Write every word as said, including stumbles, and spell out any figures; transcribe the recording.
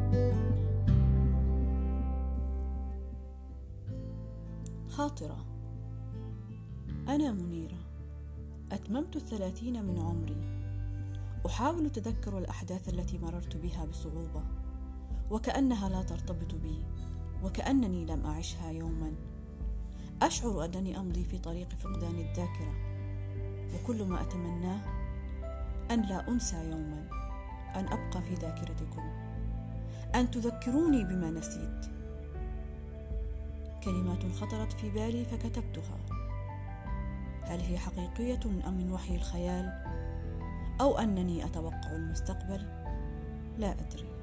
خاطرة. أنا منيرة، أتممت الثلاثين من عمري، أحاول تذكر الأحداث التي مررت بها بصعوبة، وكأنها لا ترتبط بي، وكأنني لم أعشها يوما. أشعر أنني أمضي في طريق فقدان الذاكرة، وكل ما أتمناه أن لا أنسى يوما، أن أبقى في ذاكرتكم، أن تذكروني بما نسيت. كلمات خطرت في بالي فكتبتها. هل هي حقيقية أم من وحي الخيال، أو أنني أتوقع المستقبل؟ لا أدري.